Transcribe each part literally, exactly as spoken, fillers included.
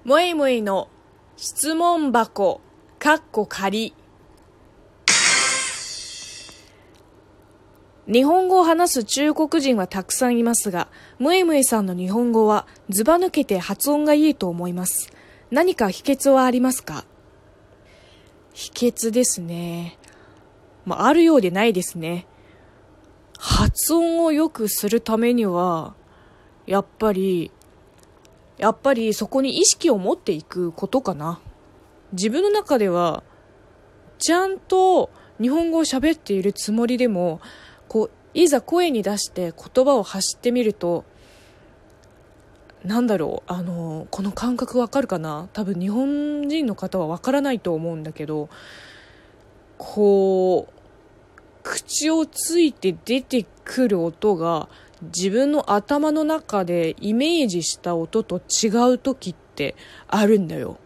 もいもいの質問箱かっこ仮。日本語を話す中国人はたくさんいますが、むいむいさんの日本語はずば抜けて発音がいいと思います。何か秘訣はありますか？秘訣ですね。まあ、あるようでないですね。発音を良くするためには、やっぱり、やっぱりそこに意識を持っていくことかな。自分の中では、ちゃんと日本語を喋っているつもりでも、こう、いざ声に出して言葉を発してみると、なんだろう、あの、この感覚わかるかな？多分日本人の方はわからないと思うんだけど、こう、口をついて出てくる音が自分の頭の中でイメージした音と違う時ってあるんだよ。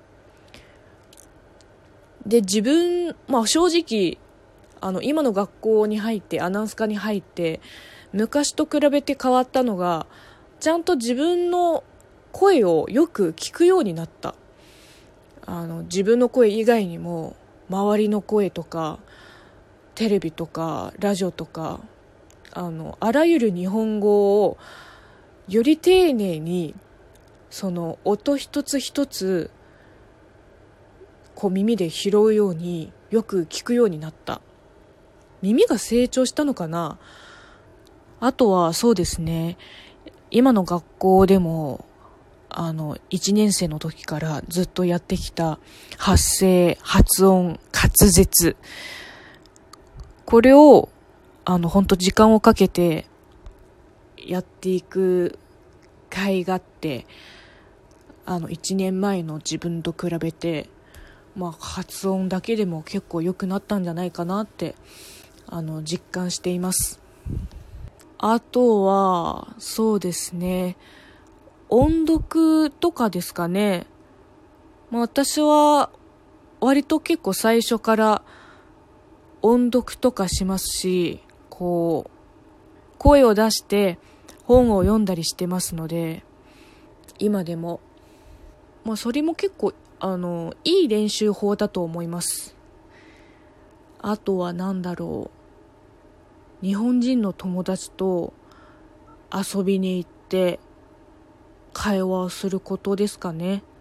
で、自分、まあ正直、あの、今の学校に入って、アナウンス科に入って、昔と比べて変わったのが、ちゃんと自分の声をよく聞くようになった。あの、自分の声以外にも、周りの声とか、テレビとかラジオとか、あのあらゆる日本語をより丁寧に、その音一つ一つこう耳で拾うようによく聞くようになった。耳が成長したのかな。あとはそうですね、今の学校でもあのいちねん生の時からずっとやってきた発声、発音、滑舌、これをあの本当時間をかけてやっていく甲斐があって、あのいちねんまえの自分と比べて、まあ、発音だけでも結構良くなったんじゃないかなってあの実感しています。あとはそうですね、音読とかですかね。まあ、私は割と結構最初から音読とかしますし、こう声を出して本を読んだりしてますので、今でも、まあ、それも結構あのいい練習法だと思います。あとはなんだろう、日本人の友達と遊びに行って会話をすることですかね。